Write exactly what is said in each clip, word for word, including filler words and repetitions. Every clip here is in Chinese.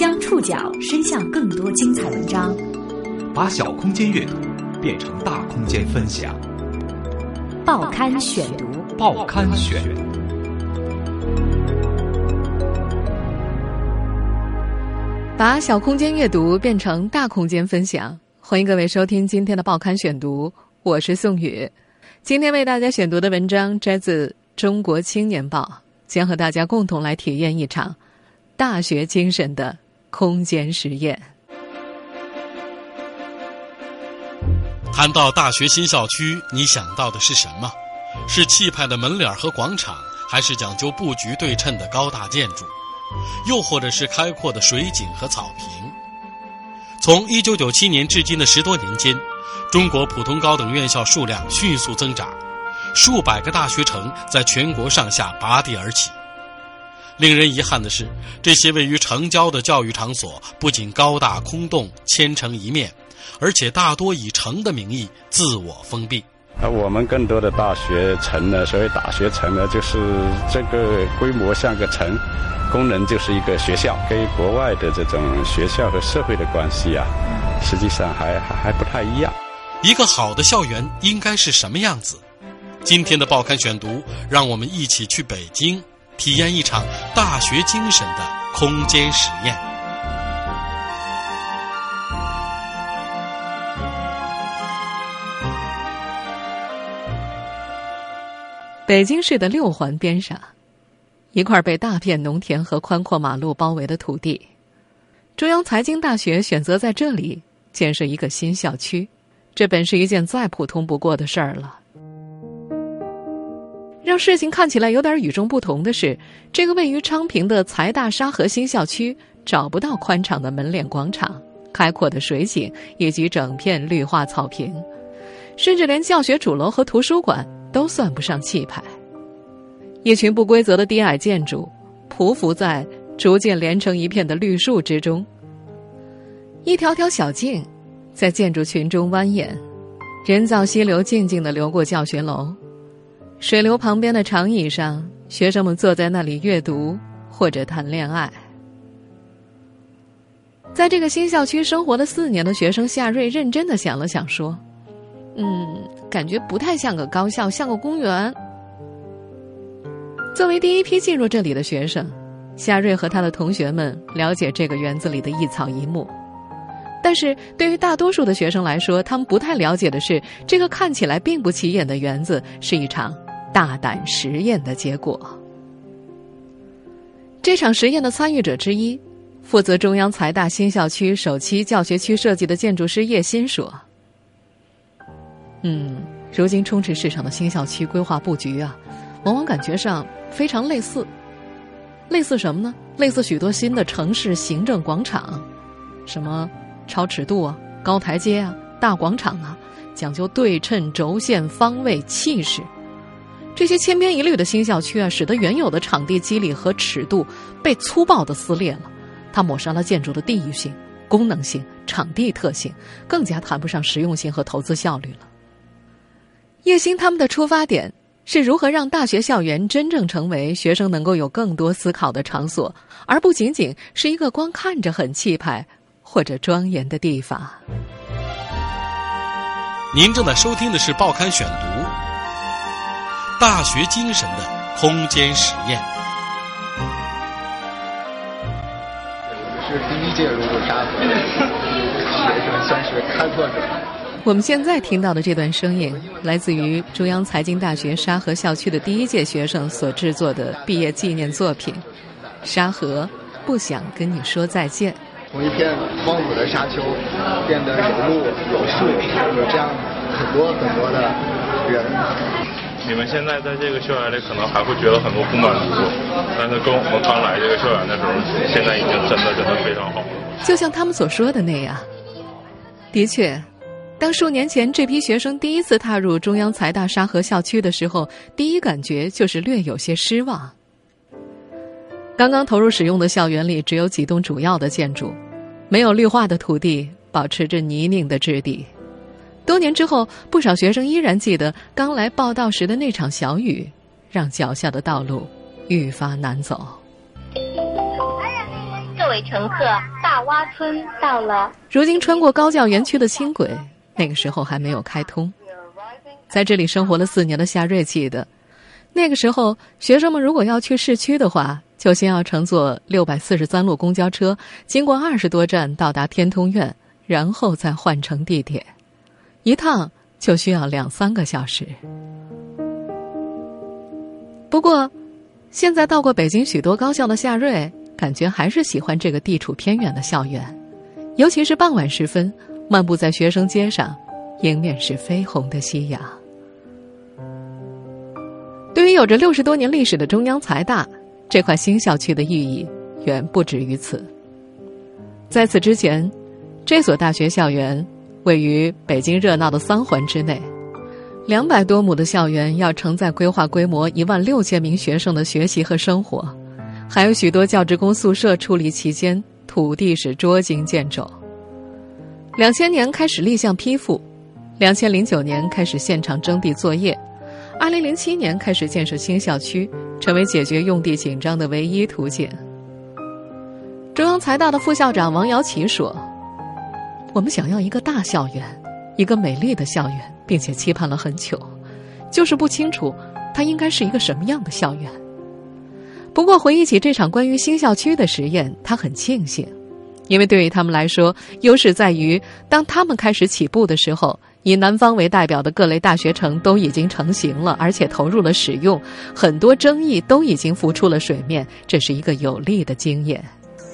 将触角伸向更多精彩文章， 把小空间阅读变成大空间分享。 报刊选读， 报刊选。 把小空间阅读变成大空间分享，欢迎各位收听今天的报刊选读，我是宋宇。今天为大家选读的文章摘自《中国青年报》，将和大家共同来体验一场大学精神的空间实验。 谈到大学新校区，你想到的是什么？是气派的门脸和广场，还是讲究布局对称的高大建筑？又或者是开阔的水景和草坪？从一九九七年至今的十多年间，中国普通高等院校数量迅速增长，数百个大学城在全国上下拔地而起。令人遗憾的是，这些位于城郊的教育场所不仅高大空洞、千城一面，而且大多以城的名义自我封闭。 而我们更多的大学城呢，所谓大学城呢，就是这个规模像个城，功能就是一个学校，跟国外的这种学校和社会的关系啊，实际上还还还不太一样。 一个好的校园应该是什么样子？今天的报刊选读，让我们一起去北京，体验一场大学精神的空间实验。 北京市的六环边上，一块被大片农田和宽阔马路包围的土地，中央财经大学选择在这里建设一个新校区，这本是一件再普通不过的事儿了。让事情看起来有点与众不同的是，这个位于昌平的财大沙河新校区找不到宽敞的门脸广场、开阔的水景以及整片绿化草坪，甚至连教学主楼和图书馆都算不上气派。一群不规则的低矮建筑匍匐在逐渐连成一片的绿树之中，一条条小径在建筑群中蜿蜒，人造溪流静静地流过教学楼。水流旁边的长椅上，学生们坐在那里阅读或者谈恋爱。在这个新校区生活了四年的学生夏瑞认真地想了想说，嗯，感觉不太像个高校，像个公园。作为第一批进入这里的学生，夏瑞和他的同学们了解这个园子里的一草一木。但是对于大多数的学生来说，他们不太了解的是，这个看起来并不起眼的园子是一场大胆实验的结果。这场实验的参与者之一，负责中央财大新校区首期教学区设计的建筑师叶欣说，嗯，如今充斥市场的新校区规划布局啊，往往感觉上非常类似。类似什么呢？类似许多新的城市行政广场，什么超尺度啊、高台阶啊、大广场啊，讲究对称、轴线、方位、气势。这些千篇一律的新校区啊，使得原有的场地肌理和尺度被粗暴地撕裂了，它抹杀了建筑的地域性、功能性、场地特性，更加谈不上实用性和投资效率了。叶欣他们的出发点是如何让大学校园真正成为学生能够有更多思考的场所，而不仅仅是一个光看着很气派或者庄严的地方。 您正在收听的是报刊选读，大学精神的空间实验。 是第一届入驻沙河的学生，算是开拓者。 我们现在听到的这段声音，来自于中央财经大学沙河校区的第一届学生所制作的毕业纪念作品《沙河不想跟你说再见》。 从一片荒芜的沙丘变得有路有树，有这样很多很多的人。 你们现在在这个校园里可能还会觉得很多不满足，但是跟我们刚来这个校园的时候，现在已经真的真的非常好了。 就像他们所说的那样，的确，当数年前这批学生第一次踏入中央财大沙河校区的时候，第一感觉就是略有些失望。刚刚投入使用的校园里只有几栋主要的建筑，没有绿化的土地保持着泥泞的质地。多年之后，不少学生依然记得刚来报到时的那场小雨，让脚下的道路愈发难走。 各位位乘客，大洼村到了。 如今穿过高教园区的轻轨，那个时候还没有开通。在这里生活了四年的夏瑞记得，那个时候学生们如果要去市区的话，就先要乘坐六百四十三路公交车，经过二十多站到达天通苑，然后再换乘地铁，一趟就需要两三个小时。不过现在到过北京许多高校的夏瑞，感觉还是喜欢这个地处偏远的校园，尤其是傍晚时分，漫步在学生街上，迎面是绯红的夕阳。对于有着六十多年历史的中央财大，这块新校区的寓意远不止于此。在此之前，这所大学校园位于北京热闹的三环之内，两百多亩的校园要承载规划规模一万六千名学生的学习和生活，还有许多教职工宿舍矗立其间，土地是捉襟见肘。两千年开始立项批复，两千零九年开始现场征地作业，二零零七年开始建设新校区，成为解决用地紧张的唯一途径。中央财大的副校长王瑶琪说，我们想要一个大校园，一个美丽的校园，并且期盼了很久，就是不清楚它应该是一个什么样的校园。不过回忆起这场关于新校区的实验，他很庆幸，因为对于他们来说，优势在于当他们开始起步的时候，以南方为代表的各类大学城都已经成型了，而且投入了使用，很多争议都已经浮出了水面，这是一个有利的经验。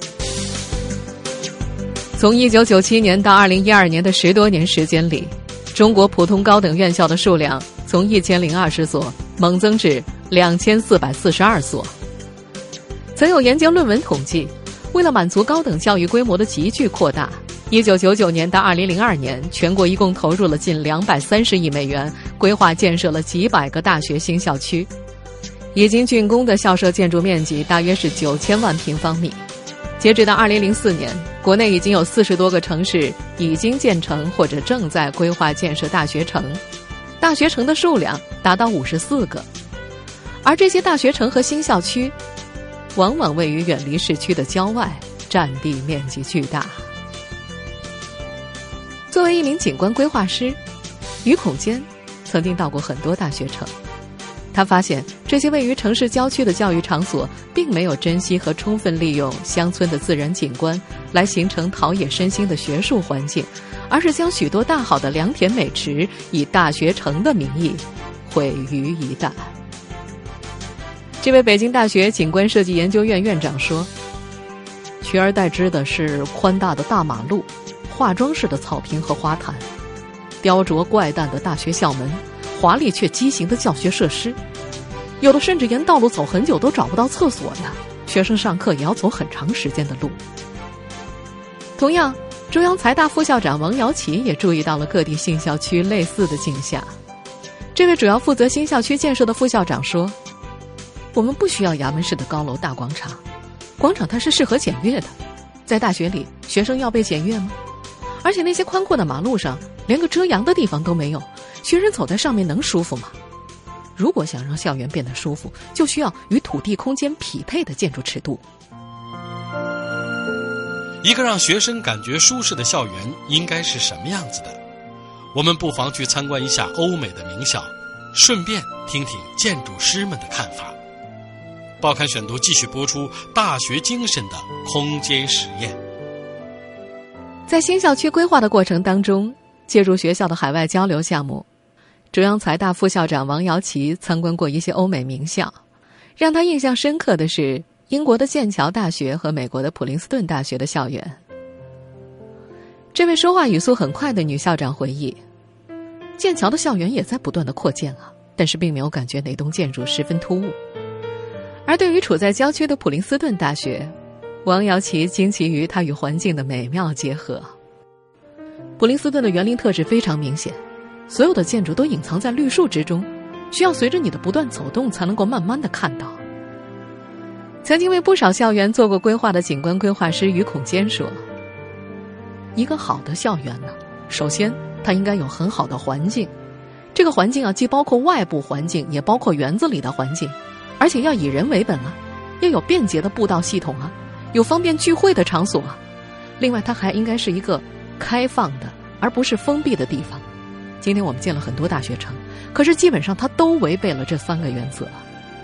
从一九九七年到二零一二年的十多年时间里，中国普通高等院校的数量从一千零二十所猛增至两千四百四十二所。曾有研究论文统计，为了满足高等教育规模的急剧扩大，一九九九年到二零零二年，全国一共投入了近两百三十亿美元，规划建设了几百个大学新校区。已经竣工的校舍建筑面积大约是九千万平方米。截止到二零零四年，国内已经有四十多个城市已经建成或者正在规划建设大学城，大学城的数量达到五十四个。而这些大学城和新校区往往位于远离市区的郊外，占地面积巨大。作为一名景观规划师，于孔坚曾经到过很多大学城。他发现这些位于城市郊区的教育场所并没有珍惜和充分利用乡村的自然景观来形成陶冶身心的学术环境，而是将许多大好的良田美池以大学城的名义毁于一旦。这位北京大学景观设计研究院院长说，取而代之的是宽大的大马路、化妆式的草坪和花坛，雕琢怪诞的大学校门，华丽却畸形的教学设施，有的甚至沿道路走很久都找不到厕所呀，学生上课也要走很长时间的路。同样，中央财大副校长王瑶琪也注意到了各地新校区类似的景象。这位主要负责新校区建设的副校长说，我们不需要衙门式的高楼大广场，广场它是适合检阅的，在大学里学生要被检阅吗？而且那些宽阔的马路上连个遮阳的地方都没有，学生走在上面能舒服吗？如果想让校园变得舒服，就需要与土地空间匹配的建筑尺度。 一个让学生感觉舒适的校园应该是什么样子的？我们不妨去参观一下欧美的名校，顺便听听建筑师们的看法。报刊选读继续播出大学精神的空间实验。 在新校区规划的过程当中，借助学校的海外交流项目，中央财大副校长王瑶琪参观过一些欧美名校。让他印象深刻的是英国的剑桥大学和美国的普林斯顿大学的校园。这位说话语速很快的女校长回忆，剑桥的校园也在不断的扩建啊，但是并没有感觉哪栋建筑十分突兀。而对于处在郊区的普林斯顿大学，王瑶琪惊奇于它与环境的美妙结合。普林斯顿的园林特质非常明显，所有的建筑都隐藏在绿树之中，需要随着你的不断走动才能够慢慢的看到。曾经为不少校园做过规划的景观规划师于孔坚说，一个好的校园呢，首先它应该有很好的环境，这个环境啊，既包括外部环境，也包括园子里的环境，而且要以人为本啊，要有便捷的步道系统啊， 有方便聚会的场所。另外，它还应该是一个开放的，而不是封闭的地方。今天我们建了很多大学城，可是基本上它都违背了这三个原则。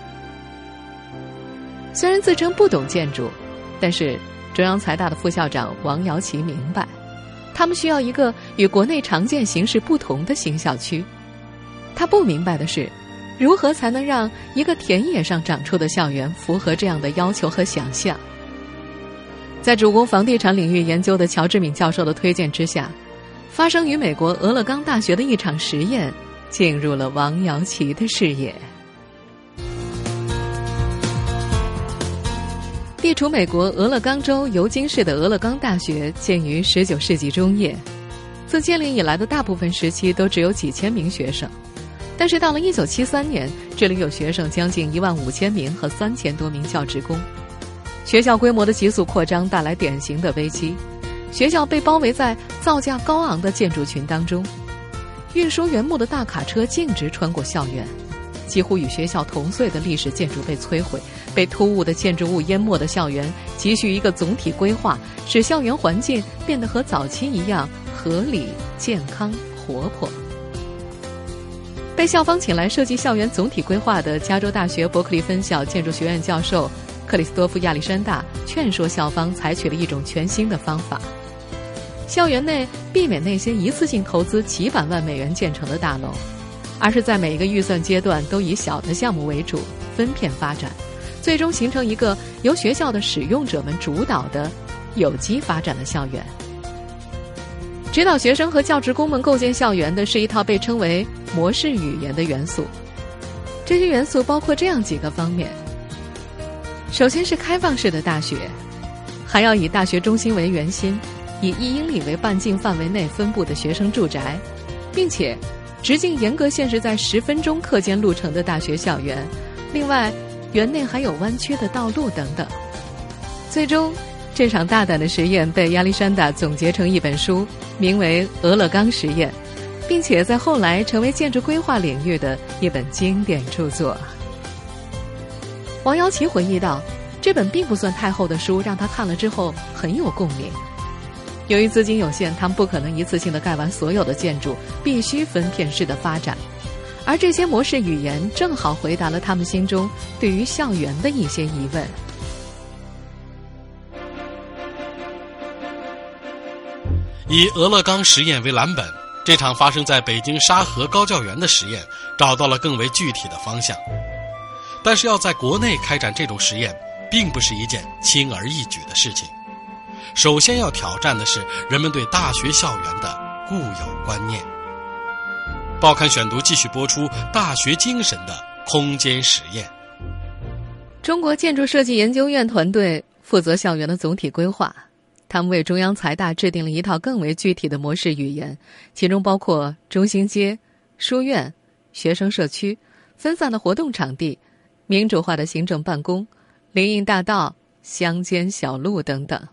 虽然自称不懂建筑，但是中央财大的副校长王瑶琪明白，他们需要一个与国内常见形式不同的新校区。他不明白的是，如何才能让一个田野上长出的校园符合这样的要求和想象。在主攻房地产领域研究的乔志敏教授的推荐之下，发生于美国俄勒冈大学的一场实验进入了王瑶琪的视野。地处美国俄勒冈州尤金市的俄勒冈大学建于十九世纪中叶，自建立以来的大部分时期都只有几千名学生，但是到了一九七三年，这里有学生将近一万五千名和三千多名教职工。学校规模的急速扩张带来典型的危机，学校被包围在造价高昂的建筑群当中，运输原木的大卡车径直穿过校园，几乎与学校同岁的历史建筑被摧毁，被突兀的建筑物淹没的校园急需一个总体规划，使校园环境变得和早期一样合理、健康、活泼。被校方请来设计校园总体规划的加州大学伯克利分校建筑学院教授克里斯多夫·亚历山大劝说校方采取了一种全新的方法，校园内避免那些一次性投资几百万美元建成的大楼，而是在每一个预算阶段都以小的项目为主，分片发展，最终形成一个由学校的使用者们主导的有机发展的校园。指导学生和教职工们构建校园的是一套被称为模式语言的元素，这些元素包括这样几个方面。首先是开放式的大学，还要以大学中心为圆心，以一英里为半径范围内分布的学生住宅，并且直径严格限制在十分钟课间路程的大学校园，另外园内还有弯曲的道路等等。最终这场大胆的实验被亚历山大总结成一本书，名为《俄勒冈实验》，并且在后来成为建筑规划领域的一本经典著作。王瑶琪回忆道，这本并不算太厚的书让他看了之后很有共鸣。由于资金有限，他们不可能一次性的盖完所有的建筑，必须分片式的发展，而这些模式语言正好回答了他们心中对于校园的一些疑问。 以俄勒冈实验为蓝本，这场发生在北京沙河高教园的实验找到了更为具体的方向。但是要在国内开展这种实验并不是一件轻而易举的事情，首先要挑战的是人们对大学校园的固有观念。报刊选读继续播出大学精神的空间实验。 中国建筑设计研究院团队负责校园的总体规划，他们为中央财大制定了一套更为具体的模式语言，其中包括中心街、书院、学生社区、分散的活动场地、民主化的行政办公、林荫大道、乡间小路等等。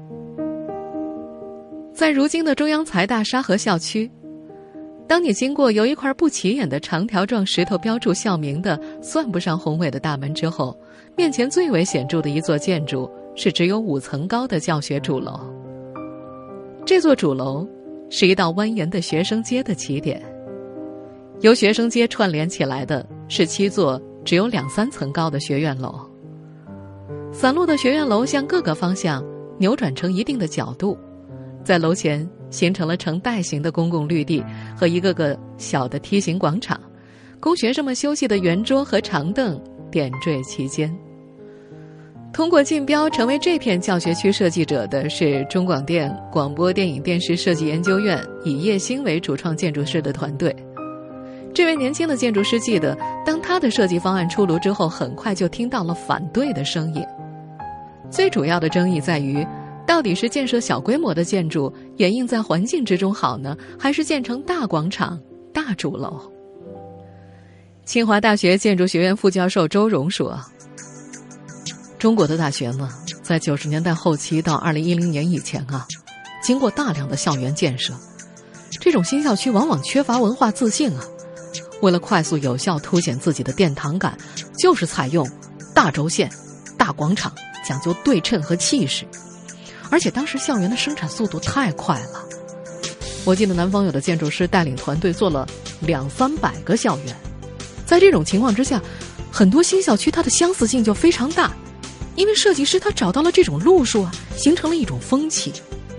在如今的中央财大沙河校区，当你经过由一块不起眼的长条状石头标注校名的算不上宏伟的大门之后，面前最为显著的一座建筑是只有五层高的教学主楼。这座主楼是一道蜿蜒的学生街的起点，由学生街串联起来的是七座只有两三层高的学院楼。散落的学院楼向各个方向扭转成一定的角度，在楼前形成了呈带形的公共绿地和一个个小的梯形广场，供学生们休息的圆桌和长凳点缀其间。通过竞标成为这片教学区设计者的是中广电广播电影电视设计研究院以叶星为主创建筑师的团队。这位年轻的建筑师记得，当他的设计方案出炉之后，很快就听到了反对的声音。最主要的争议在于，到底是建设小规模的建筑掩映在环境之中好呢，还是建成大广场、大主楼？清华大学建筑学院副教授周荣说，中国的大学呢，在九十年代后期到二零一零年以前啊，经过大量的校园建设，这种新校区往往缺乏文化自信啊。为了快速有效凸显自己的殿堂感，就是采用大轴线、大大广场，讲究对称和气势。而且当时校园的生产速度太快了，我记得南方有的建筑师带领团队做了两三百个校园。在这种情况之下，很多新校区它的相似性就非常大，因为设计师他找到了这种路数啊，形成了一种风气。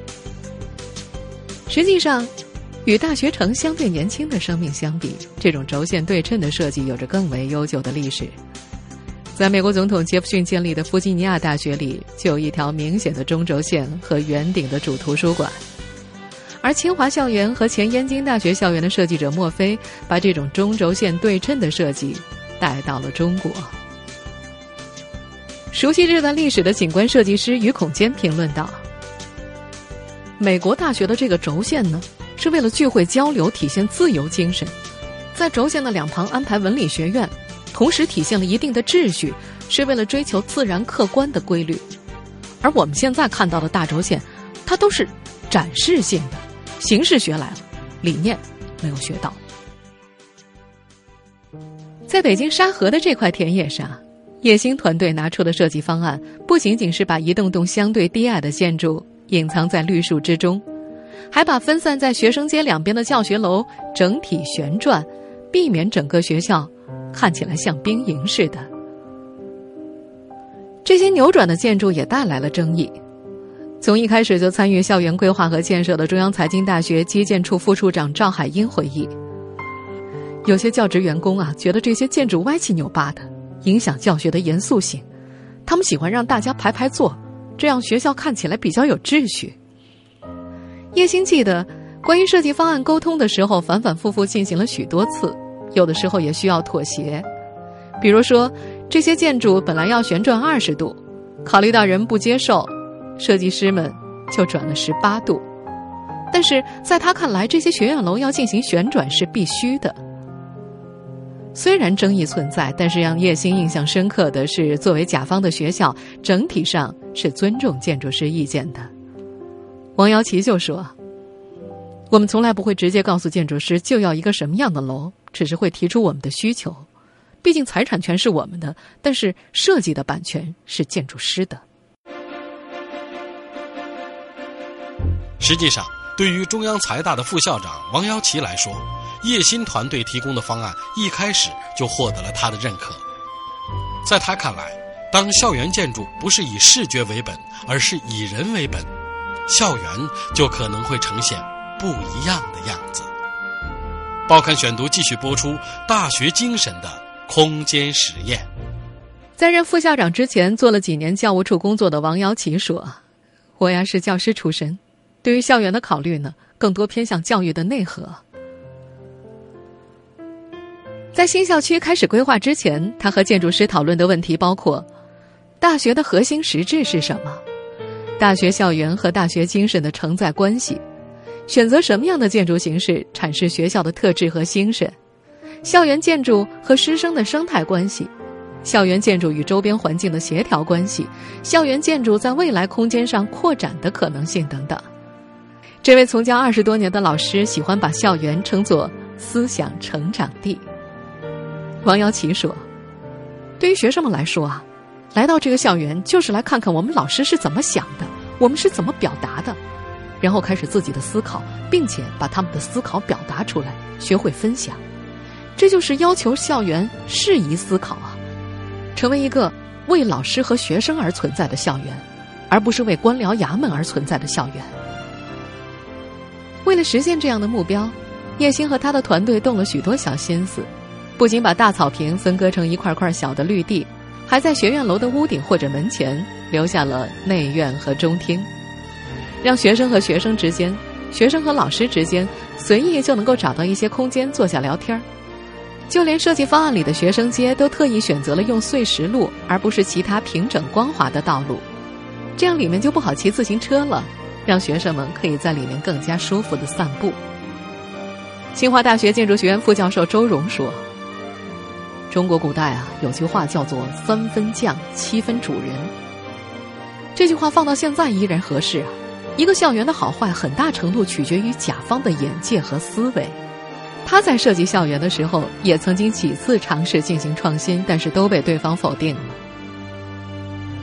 实际上，与大学城相对年轻的生命相比，这种轴线对称的设计有着更为悠久的历史。在美国总统杰弗逊建立的弗吉尼亚大学里，就有一条明显的中轴线和圆顶的主图书馆。而清华校园和前燕京大学校园的设计者墨菲，把这种中轴线对称的设计带到了中国。熟悉这段历史的景观设计师于孔坚评论道：美国大学的这个轴线呢，是为了聚会交流，体现自由精神，在轴线的两旁安排文理学院，同时体现了一定的秩序，是为了追求自然客观的规律。而我们现在看到的大轴线，它都是展示性的，形式学来了，理念没有学到。在北京沙河的这块田野上，叶星团队拿出的设计方案不仅仅是把一栋栋相对低矮的建筑隐藏在绿树之中，还把分散在学生街两边的教学楼整体旋转，避免整个学校看起来像兵营似的。这些扭转的建筑也带来了争议。从一开始就参与校园规划和建设的中央财经大学基建处副处长赵海英回忆，有些教职员工啊，觉得这些建筑歪七扭八的，影响教学的严肃性，他们喜欢让大家排排坐，这样学校看起来比较有秩序。叶星记得关于设计方案沟通的时候，反反复复进行了许多次，有的时候也需要妥协。比如说，这些建筑本来要旋转二十度，考虑到人不接受，设计师们就转了十八度。但是在他看来，这些学院楼要进行旋转是必须的。虽然争议存在，但是让叶星印象深刻的是，作为甲方的学校，整体上是尊重建筑师意见的。王瑶琪就说，我们从来不会直接告诉建筑师就要一个什么样的楼，只是会提出我们的需求。毕竟财产权是我们的，但是设计的版权是建筑师的。 实际上，对于中央财大的副校长王瑶琪来说，叶新团队提供的方案一开始就获得了他的认可。在他看来，当校园建筑不是以视觉为本，而是以人为本，校园就可能会呈现不一样的样子。报刊选读继续播出大学精神的空间实验。 在任副校长之前做了几年教务处工作的王瑶琪说，我呀是教师出身，对于校园的考虑呢，更多偏向教育的内核。在新校区开始规划之前，他和建筑师讨论的问题包括：大学的核心实质是什么？大学校园和大学精神的承载关系？选择什么样的建筑形式阐释学校的特质和精神？校园建筑和师生的生态关系？校园建筑与周边环境的协调关系？校园建筑在未来空间上扩展的可能性等等。这位从教二十多年的老师喜欢把校园称作思想成长地。王瑶琪说，对于学生们来说啊，来到这个校园就是来看看我们老师是怎么想的，我们是怎么表达的，然后开始自己的思考，并且把他们的思考表达出来，学会分享。这就是要求校园适宜思考啊，成为一个为老师和学生而存在的校园，而不是为官僚衙门而存在的校园。为了实现这样的目标，叶星和他的团队动了许多小心思，不仅把大草坪分割成一块块小的绿地，还在学院楼的屋顶或者门前留下了内院和中厅，让学生和学生之间、学生和老师之间随意就能够找到一些空间坐下聊天。就连设计方案里的学生街都特意选择了用碎石路，而不是其他平整光滑的道路，这样里面就不好骑自行车了，让学生们可以在里面更加舒服地散步。清华大学建筑学院副教授周荣说，中国古代啊有句话叫做三分匠七分主人，这句话放到现在依然合适啊。一个校园的好坏很大程度取决于甲方的眼界和思维。他在设计校园的时候也曾经几次尝试进行创新，但是都被对方否定了。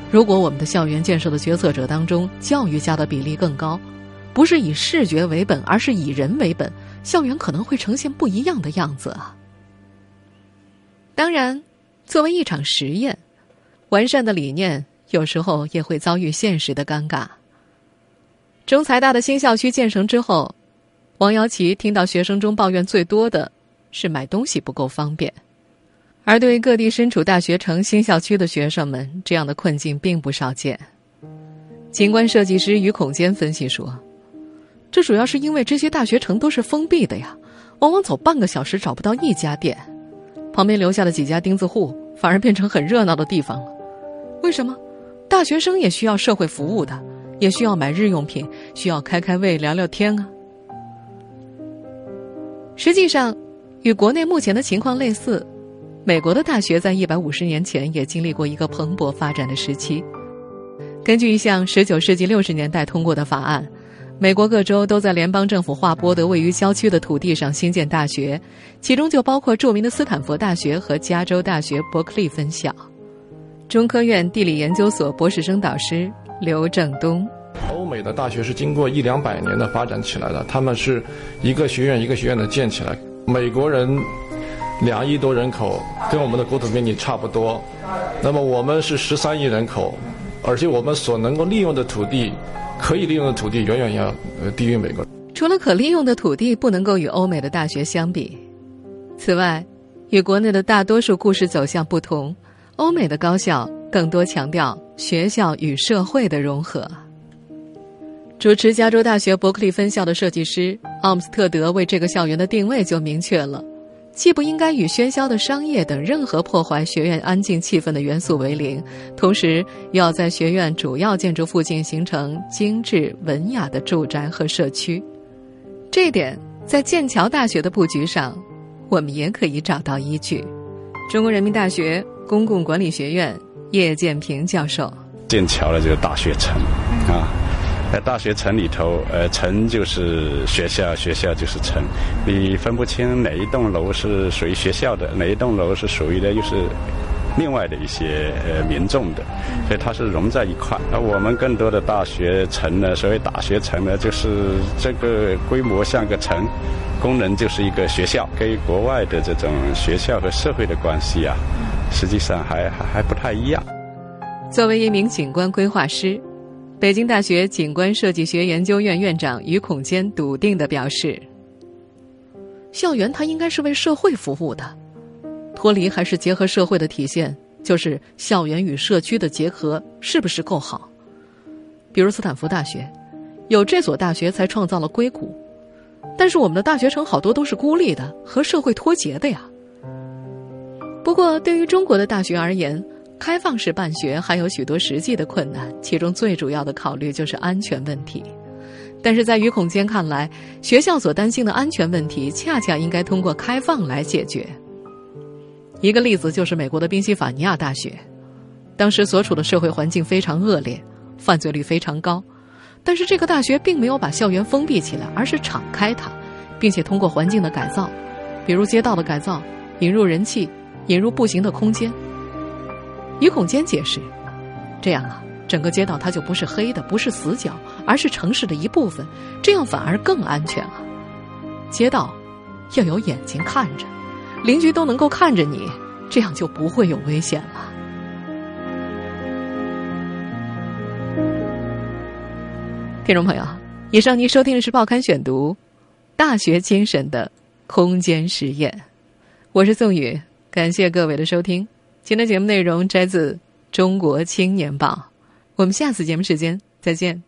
如果我们的校园建设的决策者当中，教育家的比例更高，不是以视觉为本，而是以人为本，校园可能会呈现不一样的样子啊。当然，作为一场实验，完善的理念有时候也会遭遇现实的尴尬。中财大的新校区建成之后，王瑶琪听到学生中抱怨最多的是买东西不够方便。而对于各地身处大学城新校区的学生们，这样的困境并不少见。景观设计师于孔坚分析说，这主要是因为这些大学城都是封闭的呀，往往走半个小时找不到一家店，旁边留下的几家钉子户反而变成很热闹的地方了。为什么？大学生也需要社会服务的，也需要买日用品，需要开开胃聊聊天啊。实际上，与国内目前的情况类似，美国的大学在一百五十年前也经历过一个蓬勃发展的时期。根据一项十九世纪六十年代通过的法案，美国各州都在联邦政府划拨的位于郊区的土地上兴建大学，其中就包括著名的斯坦福大学和加州大学伯克利分校。中科院地理研究所博士生导师刘正东， 欧美的大学是经过一两百年的发展起来的，他们是一个学院一个学院的建起来。美国人两亿多人口，跟我们的国土面积差不多，那么我们是十三亿人口，而且我们所能够利用的土地，可以利用的土地远远要低于美国。 除了可利用的土地不能够与欧美的大学相比，此外，与国内的大多数故事走向不同，欧美的高校更多强调学校与社会的融合。主持加州大学伯克利分校的设计师奥姆斯特德为这个校园的定位就明确了，既不应该与喧嚣的商业等任何破坏学院安静气氛的元素为邻，同时要在学院主要建筑附近形成精致文雅的住宅和社区。这一点在剑桥大学的布局上，我们也可以找到依据。中国人民大学公共管理学院叶建平教授， 剑桥的这个大学城啊，在大学城里头，呃，城就是学校，学校就是城，你分不清哪一栋楼是属于学校的，哪一栋楼是属于的又是另外的一些呃民众的，所以它是融在一块。而我们更多的大学城呢，所谓大学城呢，就是这个规模像个城，功能就是一个学校，跟国外的这种学校和社会的关系啊，实际上还还还不太一样。 作为一名景观规划师，北京大学景观设计学研究院院长于孔坚笃定地表示，校园它应该是为社会服务的，脱离还是结合社会的体现，就是校园与社区的结合是不是够好。比如斯坦福大学，有这所大学才创造了硅谷，但是我们的大学城好多都是孤立的，和社会脱节的呀。不过对于中国的大学而言，开放式办学还有许多实际的困难，其中最主要的考虑就是安全问题。但是在于孔坚看来，学校所担心的安全问题恰恰应该通过开放来解决。一个例子就是美国的宾夕法尼亚大学，当时所处的社会环境非常恶劣，犯罪率非常高，但是这个大学并没有把校园封闭起来，而是敞开它，并且通过环境的改造，比如街道的改造，引入人气，引入步行的空间。于孔坚解释，这样啊，整个街道它就不是黑的，不是死角，而是城市的一部分，这样反而更安全啊。街道要有眼睛看着，邻居都能够看着你，这样就不会有危险了。听众朋友，以上您收听的是报刊选读大学精神的空间实验，我是宋宇，感谢各位的收听。今天节目内容摘自《中国青年报》，我们下次节目时间再见。